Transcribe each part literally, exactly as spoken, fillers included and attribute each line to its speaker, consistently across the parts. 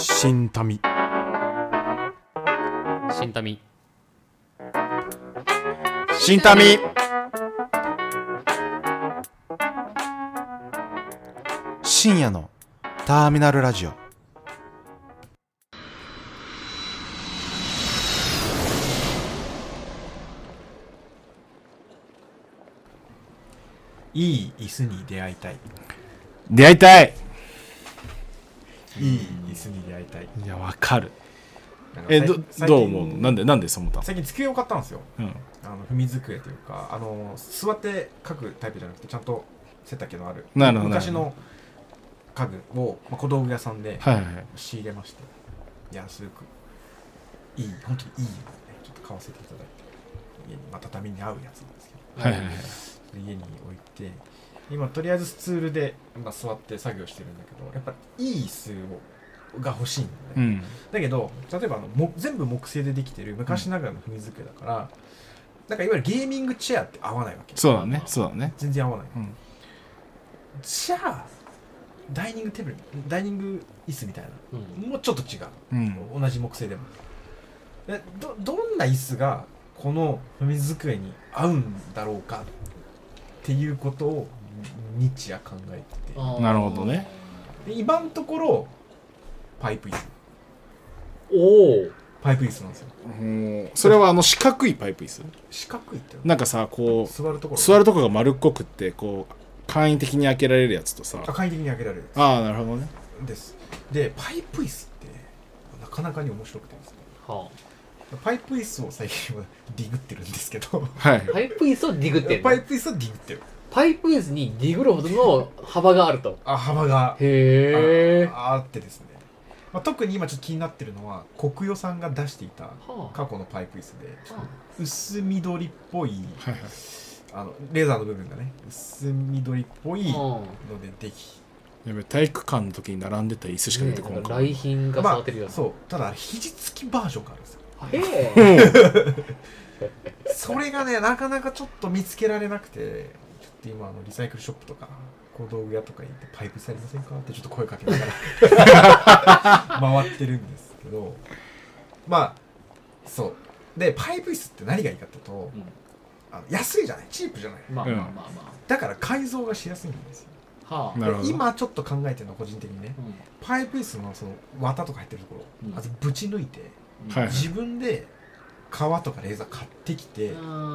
Speaker 1: 新民
Speaker 2: 新民
Speaker 1: 新民深夜のターミナルラジオ。
Speaker 3: いい椅子に出会いたい。
Speaker 1: 出会いたい。
Speaker 3: いい椅子に出会いたい。
Speaker 1: いや、わかる。
Speaker 3: なんか
Speaker 1: えど
Speaker 3: 最
Speaker 1: どう思うの？なんでなんでそう思ったの？
Speaker 3: 最近机を買ったんですよ。
Speaker 1: うん、
Speaker 3: あの踏み机というか、あの座って書くタイプじゃなくてちゃんと背丈のある
Speaker 1: なるほど
Speaker 3: 昔の家具を、まあ、小道具屋さんで
Speaker 1: はいはいはい。
Speaker 3: 仕入れまして、いやすごくいい、本当にいいので、ね、ちょっと買わせていただいて、家に、まあ、畳に合うやつなんですけど、
Speaker 1: はいはいはい。
Speaker 3: 家に置いて、今とりあえずスツールで、まあ、座って作業してるんだけど、やっぱいい椅子をが欲しいんだよね。
Speaker 1: うん、
Speaker 3: だけど例えばあのも全部木製でできてる昔ながらの踏み机だから、うん、なんかいわゆるゲーミングチェアって合わないわけ。
Speaker 1: そうだねそうだね。
Speaker 3: 全然合わない、
Speaker 1: うん、
Speaker 3: じゃあダイニングテーブルダイニング椅子みたいな、うん、もうちょっと違う、うん、同じ木製でもえ ど, どんな椅子がこの踏み机に合うんだろうかっていうことを日夜考えてて。
Speaker 1: なるほどね。
Speaker 3: で今のところパイプ椅子。
Speaker 2: おお。
Speaker 3: パイプ椅子なんですよ。
Speaker 1: うん、それはあの四角いパイプ椅子？
Speaker 3: 四角いって
Speaker 1: なんかさ、こう
Speaker 3: 座るところ
Speaker 1: 座るところが丸っこくってこう簡易的に開けられるやつとさ。
Speaker 3: 簡易的に開けられるやつ。
Speaker 1: ああ、なるほどね。
Speaker 3: です。でパイプ椅子ってなかなかに面白くてですね、はあ、パイプ椅子を最近はディグってるんですけど、
Speaker 2: はい、パイプ椅子をディグってる。
Speaker 3: パイプ椅子をディグってる。
Speaker 2: パイプ椅子にディグるほどの幅があると。
Speaker 3: あ、幅が
Speaker 2: へー
Speaker 3: あ, あってですね、まあ、特に今ちょっと気になってるのは国与さんが出していた過去のパイプ椅子で、はあ、薄緑っぽい、はいはい、あのレーザーの部分がね薄緑っぽいのででき、
Speaker 1: やべ体育館の時に並んでた椅子しか出てこない。
Speaker 2: 来賓が触ってるような、
Speaker 3: まあ、そうただ肘付きバージョンがあるんですよ。
Speaker 2: へ
Speaker 3: えそれがねなかなかちょっと見つけられなくて、ちょっと今あのリサイクルショップとか小道具屋とか行ってパイプ椅子ありませんかってちょっと声かけながら回ってるんですけど、まあそうでパイプ椅子って何がいいかっていうと、うん、あの安いじゃない、チープじゃない、まあまあまあまあ、だから改造がしやすいんですよ。はあ、今ちょっと考えてるのは個人的にね、うん、パイプ椅子のその綿とか入ってるところ、うん、まずぶち抜いて、うん、自分で革とかレーザー買ってきて、で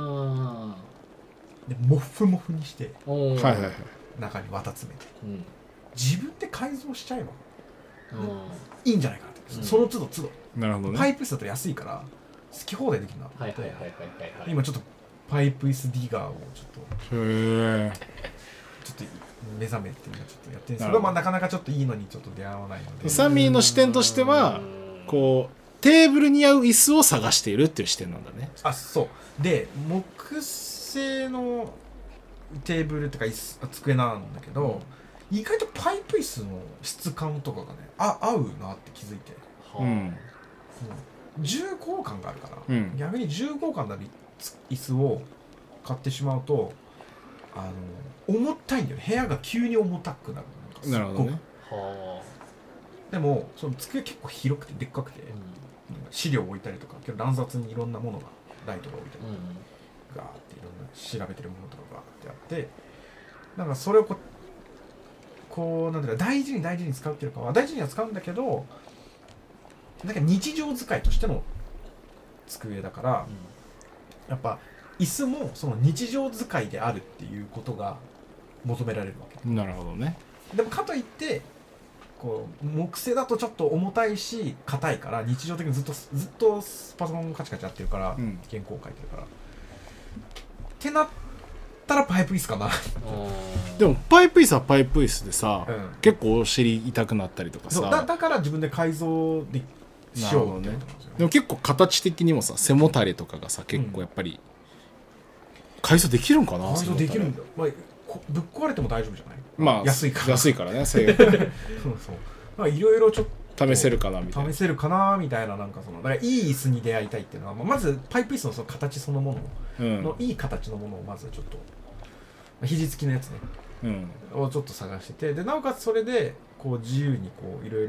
Speaker 3: モフモフにして、はいはいはい、中に綿詰めて、うん、自分で改造しちゃえば、いいんじゃないかなって、うん、その都度都度。なるほどね。パイプ椅子だと安いから好き放題できるなって、今ちょっとパイプ椅子ディガーをちょっとへちょっと目覚めっていうのをちょっとやってるんですけど、まあ、なかなかちょっといいのにちょっと出会わないので、
Speaker 1: サミーの視点としてはこうテーブルに合う椅子を探しているっていう視点なんだね。
Speaker 3: あ、そうで木製のテーブルとか椅子机なんだけど、うん、意外とパイプ椅子の質感とかがねあ合うなって気づいて、うん、重厚感があるから、うん、逆に重厚感のある椅子を買ってしまうとあの重たいんだよね。部屋が急に重たくなる。なるほどね。はあ。でもその机結構広くてでっかくて、うん、資料を置いたりとか乱雑にいろんなものがライトが置いてある、うん、ガーっていろんな調べてるものとかがあってあって、なんかそれをこうこうなんていうか大事に大事に使うっていうかは大事には使うんだけど、なんか日常使いとしての机だから、うん、やっぱ椅子もその日常使いであるっていうことが求められるわけ。
Speaker 1: なるほどね。
Speaker 3: でもかといってこう木製だとちょっと重たいし硬いから日常的にずっとずっとパソコンカチカチやってるから、うん、原稿書いてるからってなったらパイプ椅子かな
Speaker 1: でもパイプ椅子はパイプ椅子でさ、うん、結構お尻痛くなったりとかさ、
Speaker 3: だ, だから自分で改造でしようってことなんですよね。
Speaker 1: でも結構形的にもさ背もたれとかがさ結構やっぱり、うん、改造できるんかな。
Speaker 3: 改造できるんだ、まあ、ぶっ壊れても大丈夫じゃない、
Speaker 1: まあ、
Speaker 3: 安いから
Speaker 1: 安いからねそうそう
Speaker 3: まあいろいろちょっと
Speaker 1: 試せるかなみたいな
Speaker 3: 試せるかなみたいな、なんかそのだからいい椅子に出会いたいっていうのは、まずパイプ椅子のその形そのものの、うん、いい形のものをまずちょっと肘付きのやつね、うん、をちょっと探してて、でなおかつそれでこう自由にこういろいろ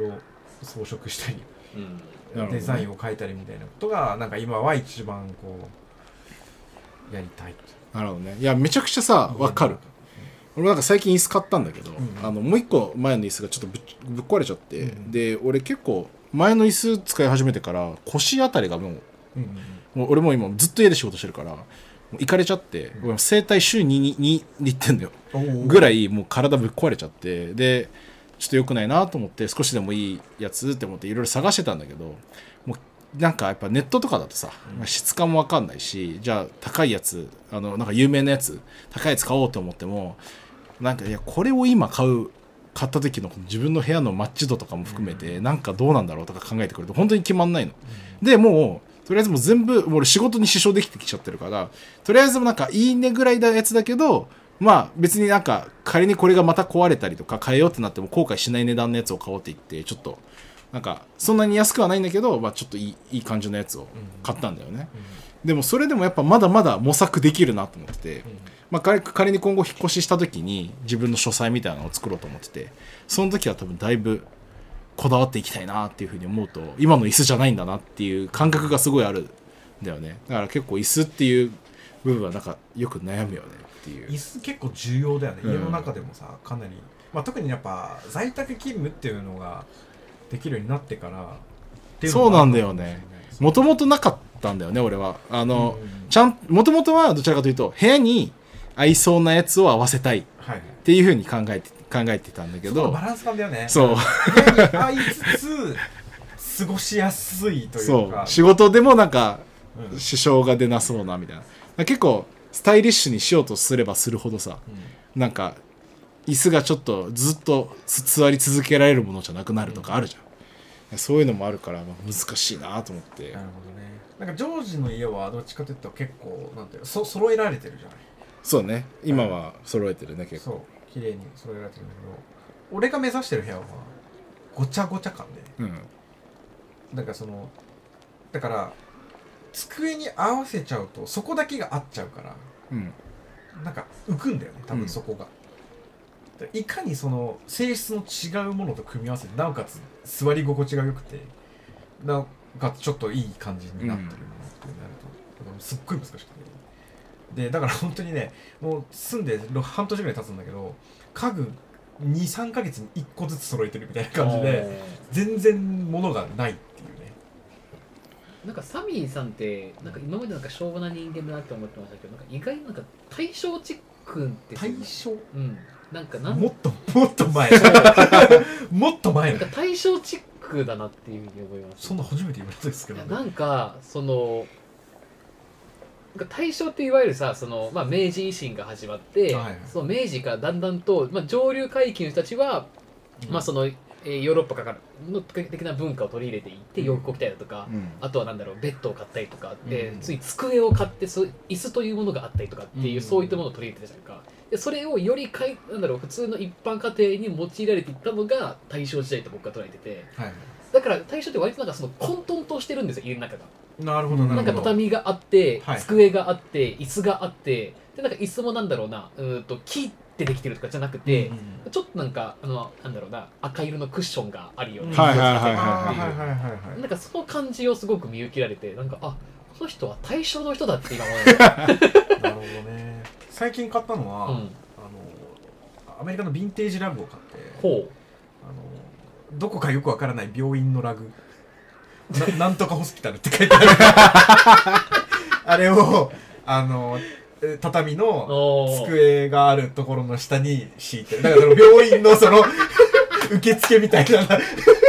Speaker 3: 装飾したり、
Speaker 2: うん
Speaker 1: なるほどね
Speaker 3: デザインを描いたりみたいなことがなんか今は一番こうやりたい。
Speaker 1: なるほどね。いやめちゃくちゃさわかる。俺なんか最近椅子買ったんだけど、
Speaker 3: うん
Speaker 1: あのもう一個前の椅子がちょっとぶっぶっ壊れちゃって、
Speaker 3: うん
Speaker 1: で俺結構前の椅子使い始めてから腰あたりがもう、
Speaker 3: うんうん
Speaker 1: もう俺も今ずっと家で仕事してるからもう行かれちゃって、
Speaker 3: うん
Speaker 1: 俺整体週ににに行ってんだよ
Speaker 3: うん
Speaker 1: ぐらいもう体ぶっ壊れちゃって、でちょっと良くないなと思って少しでもいいやつって思っていろいろ探してたんだけど、もうなんかやっぱネットとかだとさ、
Speaker 3: うん
Speaker 1: 質感も分かんないし、じゃあ高いやつあのなんか有名なやつ高いやつ買おうと思ってもなんかいやこれを今買う買った時の自分の部屋のマッチ度とかも含めて、なんかどうなんだろうとか考えてくると本当に決まんないの。でもうとりあえずもう全部俺仕事に支障できてきちゃってるから、とりあえずもなんかいいねぐらいなやつだけど、まあ別になんか仮にこれがまた壊れたりとか変えようってなっても後悔しない値段のやつを買おうって言って、ちょっとなんかそんなに安くはないんだけど、まあちょっといいいい感じのやつを買ったんだよね。でもそれでもやっぱまだまだ模索できるなと思ってて、まあ、仮仮に今後引っ越しした時に自分の書斎みたいなのを作ろうと思ってて、その時は多分だいぶこだわっていきたいなっていうふうに思うと、今の椅子じゃないんだなっていう感覚がすごいあるんだよね。だから結構椅子っていう部分はなんかよく悩むよねっていう。
Speaker 3: 椅子結構重要だよね、
Speaker 1: うん
Speaker 3: 家の中でもさかなり、まあ、特にやっぱ在宅勤務っていうのができるようになってからっていうの
Speaker 1: そうなん
Speaker 3: もある
Speaker 1: だよね。
Speaker 3: かもしれないです
Speaker 1: もともとなかったんだよね俺は。あの、
Speaker 3: うん
Speaker 1: ちゃんもともとはどちらかというと部屋に合いそうなやつを合わせたいっ
Speaker 3: はいはい、
Speaker 1: ていうふうに考えて考えてたんだけど、
Speaker 3: そのバランス感だよね。
Speaker 1: そう
Speaker 3: 部屋に合いつつ過ごしやすいとい
Speaker 1: そうう
Speaker 3: か、
Speaker 1: 仕事でもなんか
Speaker 3: うん
Speaker 1: 支障が出なそうなみたいな。だから結構スタイリッシュにしようとすればするほどさ、なんか椅子がちょっとずっと座り続けられるものじゃなくなるとかあるじゃん。そういうのもあるからまあ難しいなと思って
Speaker 3: なるほどね。なんかジョージの家はどっちかというと結構なんていうのそ揃えられてるじゃない。
Speaker 1: そうね今は揃えてるね結構。
Speaker 3: そう綺麗に揃えられてるんだけど、俺が目指してる部屋はごちゃごちゃ感で、
Speaker 1: うん
Speaker 3: なんかそのだから机に合わせちゃうとそこだけが合っちゃうから
Speaker 1: うん
Speaker 3: なんか浮くんだよね多分そこが、でいかにその性質の違うものと組み合わせてなおかつ座り心地が良くてなおかつちょっといい感じになってるものってなると、だからすっごい難しくて、でだから本当にねもう住んでろ半年ぐらい経つんだけど家具にさんかげつにいっこずつ揃えてるみたいな感じで全然物がないっていうね。
Speaker 2: なんかサミーさんってなんか今までなんか昭和な人間だなって思ってましたけど、なんか意外になんか大正チックって
Speaker 3: 大正
Speaker 2: うんなんかなん
Speaker 3: もっともっと前もっと前
Speaker 2: なんか大正チックだなっていうふうに思います。
Speaker 3: そんな初めて言われたんですけど、ね、
Speaker 2: いやなんかそのなんか大正っていわゆるさその、まあ、明治維新が始まって、
Speaker 3: はいはい
Speaker 2: その明治からだんだんと、まあ、上流階級の人たちは、
Speaker 3: うん
Speaker 2: まあそのえーヨーロッパからの的な文化を取り入れていって洋服を着たりだとか、
Speaker 1: うん
Speaker 2: あとはなんだろうベッドを買ったりとかで、
Speaker 3: うん
Speaker 2: つい机を買ってそう椅子というものがあったりとかっていう、
Speaker 3: うん
Speaker 2: そういったものを取り入れてたじゃんか。でそれをよりかいなんだろう普通の一般家庭に用いられていったのが大正時代と僕は捉えてて、
Speaker 3: はい
Speaker 2: だから大正って割となんかその混沌としてるんですよ家の中が。
Speaker 3: なるほどな
Speaker 2: なんか
Speaker 3: るほど。
Speaker 2: 畳があって、
Speaker 3: はい
Speaker 2: 机があって椅子があってでなんか椅子もなんだろうなうーんと木でできてるとかじゃなくて、
Speaker 3: うんうん
Speaker 2: ちょっとなんかあのなんだろうな赤色のクッションがあるような、
Speaker 3: うん
Speaker 1: はいはいはい
Speaker 3: あー
Speaker 1: はい
Speaker 3: はいはいはいはい
Speaker 2: なんかその感じをすごく見受けられてなんかあこの人は大正の人だって今思いました、
Speaker 3: なるほどね。最近買ったのは、
Speaker 2: うん、
Speaker 3: あのアメリカのヴィンテージラグを買って
Speaker 2: ほう
Speaker 3: あのどこかよくわからない病院のラグななんとかホスピタルって書いてあるあれをあのえ畳の
Speaker 2: おー
Speaker 3: 机があるところの下に敷いてるだからその病院のその受付みたいない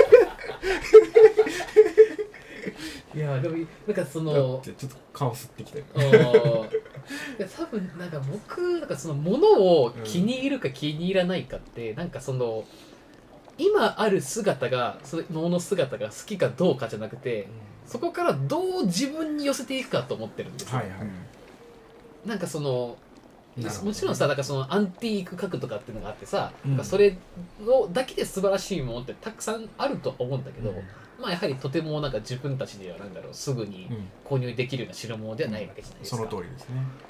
Speaker 2: やでもなんかそ
Speaker 3: だ
Speaker 2: の
Speaker 3: ってちょっと顔吸ってきてる
Speaker 2: あーいや多分なんか僕なんかその物を気に入るか気に入らないかって、なんかその今ある姿がその物の姿が好きかどうかじゃなくてそこからどう自分に寄せていくかと思ってるんですよ、
Speaker 3: はいはい
Speaker 2: なんかその
Speaker 3: なるほどね
Speaker 2: もちろんさなんかそのアンティーク家具とかっていうのがあってさ、
Speaker 3: うん
Speaker 2: なんかそれをだけで素晴らしいものってたくさんあると思うんだけど、まあやはりとてもなんか自分たちではなんだろうすぐに
Speaker 3: うん
Speaker 2: 購入できるような代物ではないわけじゃないですか、
Speaker 3: その通りですね。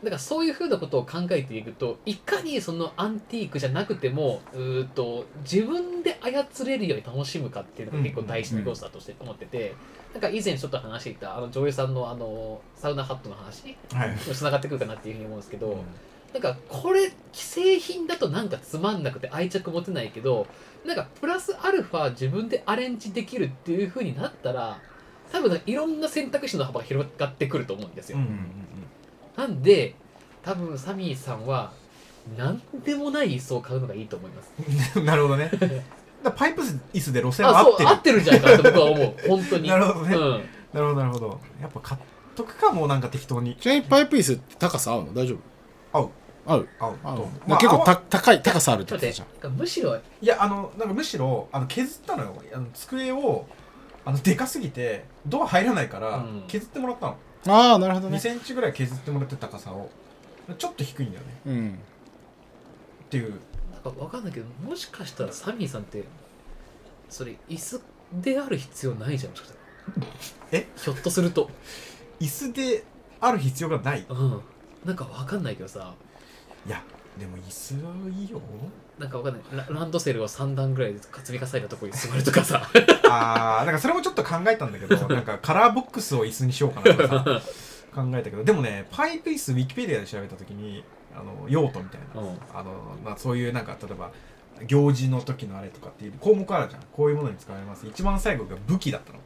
Speaker 2: だからそういうふうなことを考えていくといかにそのアンティークじゃなくてもうーと自分で操れるように楽しむかっていうのが結構大事な要素だとして思ってて、なんか以前ちょっと話していたあの女優さんのあのサウナハットの話
Speaker 3: はい
Speaker 2: につながってくるかなっていうふうに思うんですけど、
Speaker 3: うん
Speaker 2: なんかこれ既製品だとなんかつまんなくて愛着持てないけど、なんかプラスアルファ自分でアレンジできるっていう風になったら多分いろんな選択肢の幅が広がってくると思うんですよ、
Speaker 3: うんうん
Speaker 2: なんで多分サミーさんは何でもない椅子を買うのがいいと思います
Speaker 3: うんうんなるほどねだからパイプ椅子で路線は
Speaker 2: あそう
Speaker 3: 合ってる
Speaker 2: 合ってるんじゃないかなと僕は思う本当に
Speaker 3: なるほどね
Speaker 2: うん、
Speaker 3: なるほどなるほどやっぱ買っとくかもうなんか適当に
Speaker 1: ちなみにパイプ椅子って高さ合うの大丈夫？
Speaker 3: 合う
Speaker 1: 合う
Speaker 3: 合う
Speaker 1: 合う、
Speaker 3: と
Speaker 1: まあ、結構た
Speaker 3: 合わ
Speaker 1: 高い高さあるって
Speaker 2: だって
Speaker 1: ことじゃん。
Speaker 2: なんかむしろ
Speaker 3: いやあのなんかむしろあの削ったのよあの机をあのでかすぎてドア入らないから
Speaker 2: うん
Speaker 3: 削ってもらったの、
Speaker 1: ああなるほど
Speaker 3: に
Speaker 1: ね。
Speaker 3: センチぐらい削ってもらって高さをちょっと低いんだよね
Speaker 1: うん
Speaker 3: っていう
Speaker 2: なんかわかんないけどもしかしたらサミーさんってそれ椅子である必要ないじゃんもしかしたら
Speaker 3: え
Speaker 2: ひょっとすると
Speaker 3: 椅子である必要がない
Speaker 2: うんなんかわかんないけどさ
Speaker 3: いやでも椅子はいいよ
Speaker 2: なんかわかんないラランドセルをさん段ぐらい積み重ねたところに座るとかさ
Speaker 3: あーなんかそれもちょっと考えたんだけどなんかカラーボックスを椅子にしようかなとかさ考えたけどでもねパイプ椅子ウィキペディアで調べたときにあの用途みたいな、
Speaker 2: うん
Speaker 3: あのまあ、そういうなんか例えば行事の時のあれとかっていう項目あるじゃんこういうものに使われます一番最後が武器だったの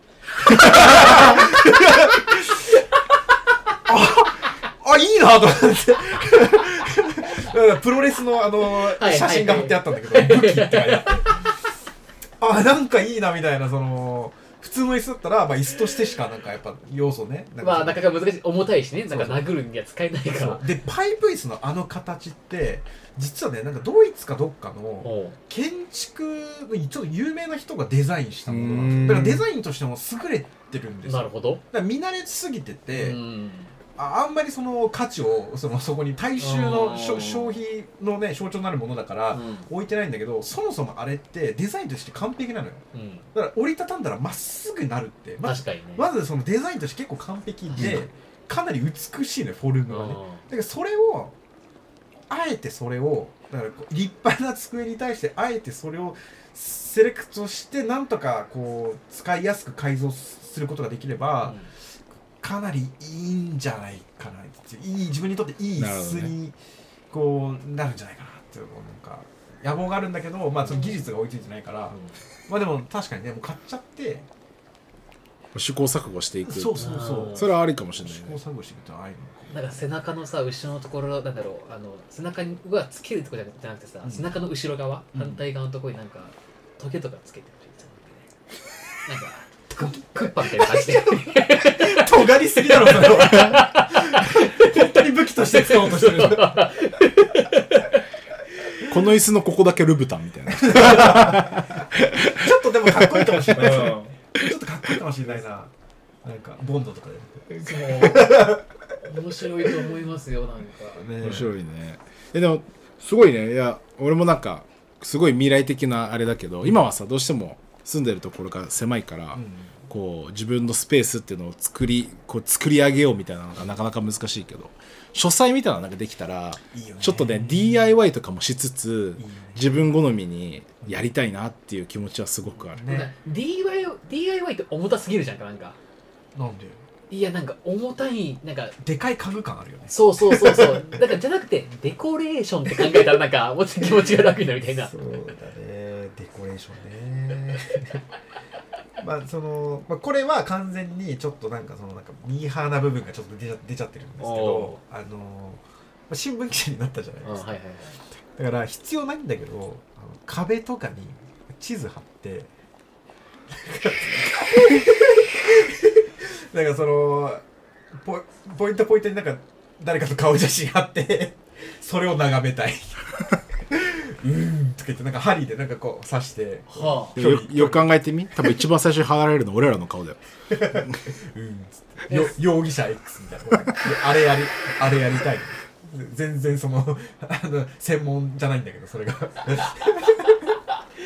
Speaker 3: ああいいなと思ってプロレスのあの
Speaker 2: はいはい
Speaker 3: 写真が貼ってあったんだけど、武器って書いてあってあなんかいいなみたいなその普通の椅子だったら、まあ、椅子としてしかなんかやっぱ要素ねなんか
Speaker 2: まあなかなか難しい重たいしねなんか
Speaker 3: そうそう
Speaker 2: 殴るには使えないから
Speaker 3: そうでパイプ椅子のあの形って実はねなんかドイツかどっかの
Speaker 2: おう
Speaker 3: 建築ちょっと有名な人がデザインしたものなん
Speaker 1: うーん
Speaker 3: ですよだからデザインとしても優れてるんですよ
Speaker 2: なるほど
Speaker 3: だから見慣れすぎてて、
Speaker 2: うん
Speaker 3: ああんまりその価値をそのそこに大衆のしょ
Speaker 2: うん
Speaker 3: 消費のね象徴になるものだから
Speaker 2: うん
Speaker 3: 置いてないんだけどそもそもあれってデザインとして完璧なのよ
Speaker 2: うん
Speaker 3: だから折りたたんだらまっすぐなるってま
Speaker 2: 確かにね
Speaker 3: まずそのデザインとして結構完璧で、
Speaker 2: うん
Speaker 3: かなり美しいのよフォルムがね、だからそれをあえてそれをだからこう立派な机に対してあえてそれをセレクトしてなんとかこう使いやすく改造することができれば、
Speaker 2: うん
Speaker 3: かなりいいんじゃないかないい自分にとっていい椅子にこうなるんじゃないかなっていうなんか野望があるんだけど、まあ、その技術が追いついてないから、まあでも確かにねもう買っちゃって
Speaker 1: 試行錯誤していく。
Speaker 3: そうそうそう
Speaker 1: それはありかもしれない
Speaker 3: 試行
Speaker 1: ね。
Speaker 3: 錯誤していくってのはああいうの
Speaker 2: なんか背中のさ後ろのところなんだろうあの背中がつけるところじゃなくてさ、
Speaker 3: うん
Speaker 2: 背中の後ろ側、
Speaker 3: うん
Speaker 2: 反対側のところになんかトゲとかつけてる人なんかクックッパみたいな感じで
Speaker 3: 尖りすぎだろそれは本当に武器として使おうとしてる
Speaker 1: この椅子のここだけルブタンみたいな。
Speaker 3: ちょっとでもかっこいいかもしれない、ちょっとかっこいいかもしれないななんかボンドとかで
Speaker 2: そう面白いと思いますよなんか
Speaker 3: ね
Speaker 1: 面白いね。えでもすごいね。いや俺もなんかすごい未来的なあれだけど、今はさどうしても住んでるところが狭いから、
Speaker 3: うん
Speaker 1: こう自分のスペースっていうのを作りこう作り上げようみたいなのがなかなか難しいけど、書斎みたいなのができたら
Speaker 3: いいよね
Speaker 1: ちょっとね ディーアイワイ とかもしつつ
Speaker 3: いいよね
Speaker 1: 自分好みにやりたいなっていう気持ちはすごくある。
Speaker 3: ね
Speaker 2: なんか ディーアイワイ ディーアイワイ って重たすぎるじゃんかなんか
Speaker 3: なんで
Speaker 2: いやなんか重たいなんか
Speaker 3: でかい家具感あるよね
Speaker 2: そうそうそうそうだからじゃなくてデコレーションって考えたらなんかもうちょっと気持ちが楽になるみたいな
Speaker 3: そうだねデコレーションねまあその、まあ、これは完全にちょっとなんかそのなんかミーハーな部分がちょっと出ちゃ出ちゃってるんですけど
Speaker 2: お
Speaker 3: あの、まあ、新聞記者になったじゃないですか、
Speaker 2: うんはいはいはい
Speaker 3: だから必要ないんだけどあの壁とかに地図貼ってなんかそのポポイントポイントになんか誰かと顔写真貼ってそれを眺めたいうーんとか言ってなんか針でなんかこう刺して
Speaker 2: は
Speaker 1: でもよよく考えてみ、多分一番最初に貼られるの俺らの顔だよ。
Speaker 3: うーんっつってよ容疑者 X みたいなあれやりあれやりたい全然そのあの専門じゃないんだけどそれが
Speaker 2: あなる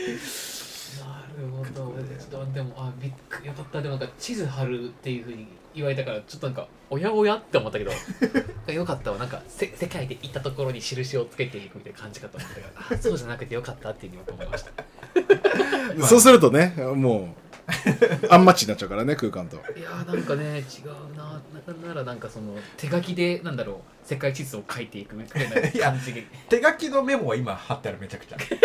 Speaker 2: ほどちょっとでもあびっくりよかったでもなんか地図貼るっていうふうに言われたからちょっとなんかおやおやって思ったけどよかったわ、なんかせ世界で行ったところに印をつけていくみたいな感じかと思ったからあそうじゃなくてよかったっていうふうに思いました
Speaker 1: まあ、そうするとねもうアンマッチになっちゃうからね空間と。
Speaker 2: いやーなんかね違うな、なならなんかその手書きでなんだろう世界地図を書いていくみたいな感じで
Speaker 3: 手書きのメモは今貼ってある、めちゃくちゃめち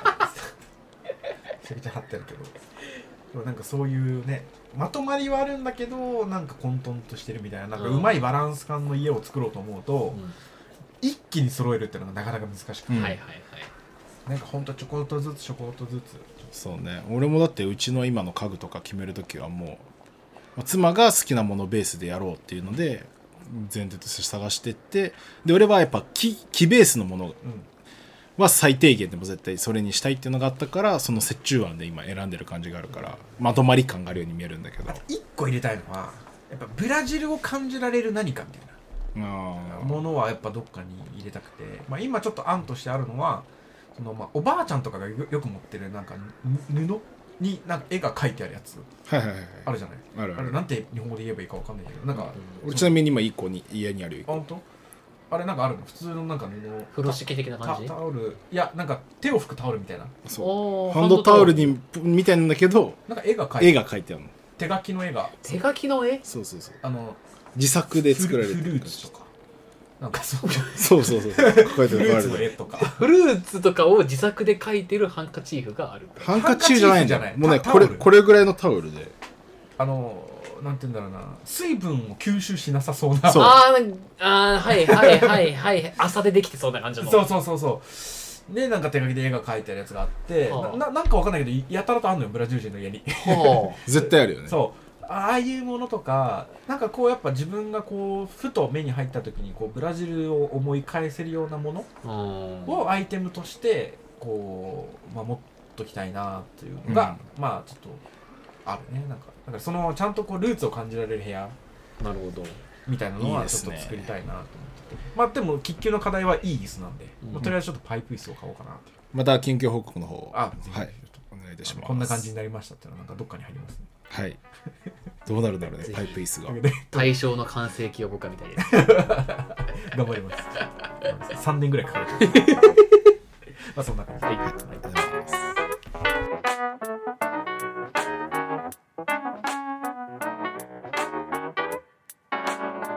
Speaker 3: ゃくちゃ貼ってあるけど、でもなんかそういうねまとまりはあるんだけどなんか混沌としてるみたいな、なんかうまいバランス感の家を作ろうと思うと、うん、一気に揃えるっていうのがなかなか難しくて、
Speaker 1: うん、
Speaker 2: はいはいはい、
Speaker 3: なんかほんとちょこっとずつちょこっとずつ。
Speaker 1: そうね、俺もだってうちの今の家具とか決めるときはもう妻が好きなものベースでやろうっていうので前提として探してって、で俺はやっぱ 木, 木ベースのものは最低限でも絶対それにしたいっていうのがあったから、その折衷案で今選んでる感じがあるからまとまり感があるように見えるんだけど、
Speaker 3: 一個入れたいのはやっぱブラジルを感じられる何かみたいなものはやっぱどっかに入れたくて、まあ、今ちょっと案としてあるのはそのまあおばあちゃんとかが よ, よく持ってるなんか布になんか絵が描いてあるやつ
Speaker 1: はいはいはい
Speaker 3: あるじゃない。
Speaker 1: あるある。
Speaker 3: あれなんて日本語で言えばいいかわかんないけど、なんか、
Speaker 1: うん、俺ちなみに今いっこに家にあるよ。
Speaker 3: 本当？あれなんかあるの普通のなんか布
Speaker 2: 風呂敷的な感じ。
Speaker 3: タオルいやなんか手を拭くタオルみたいな。
Speaker 1: そうハンドタオルにみたいなんだけど
Speaker 3: なんか絵が描いて
Speaker 1: 絵が描いてあるの。
Speaker 3: 手書きの絵が。
Speaker 2: 手書きの絵？
Speaker 1: そうそうそう。
Speaker 3: あの
Speaker 1: 自作で作られてる
Speaker 3: フルーツとか。なんかそう
Speaker 1: そうそうそう。こうやって
Speaker 3: フルーツの絵とか。
Speaker 2: フルーツとかを自作で描いてるハンカチーフがある。
Speaker 1: ハンカチーフじゃないんだよ。もうねこれこれぐらいのタオルで。
Speaker 3: あのなんて言うんだろうな、水分を吸収しなさそうな。
Speaker 2: そうあーあーはいはいはいはい朝でできてそうな感じの。
Speaker 3: そうそうそうそうでなんか手書きで絵が描いてあるやつがあって、はあ、な, なんかわかんないけどやたらとあんのよブラジル人の家に、
Speaker 1: はあ、絶対あるよね。
Speaker 3: そうああいうものとかなんかこうやっぱ自分がこうふと目に入った時にこうブラジルを思い返せるようなものをアイテムとしてこう守っときたいなっていうのが、うん、まあちょっとあるね。なんかだからそのちゃんとこうルーツを感じられる部屋
Speaker 2: なるほど
Speaker 3: みたいなのはちょっと作りたいなと思ってて、いいですね。まあでも喫緊の課題はいい椅子なんで、うんまあ、とりあえずちょっとパイプ椅子を買おうかなと。
Speaker 1: また緊急報告の方
Speaker 3: あぜひ、
Speaker 1: はい、お願いいたします。
Speaker 3: こんな感じになりましたっていうのはなんかどっかに入りますね。
Speaker 1: はいどうなるんだろうねパイプ椅子が
Speaker 2: 対象の完成形を僕はみたいです
Speaker 3: 頑張りますさんねんぐらいかかるまあそんな感じで、はい、ありがとうござい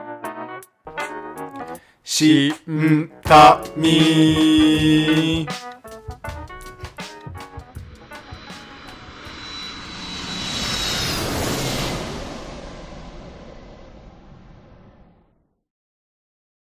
Speaker 3: ます。
Speaker 1: しんたみ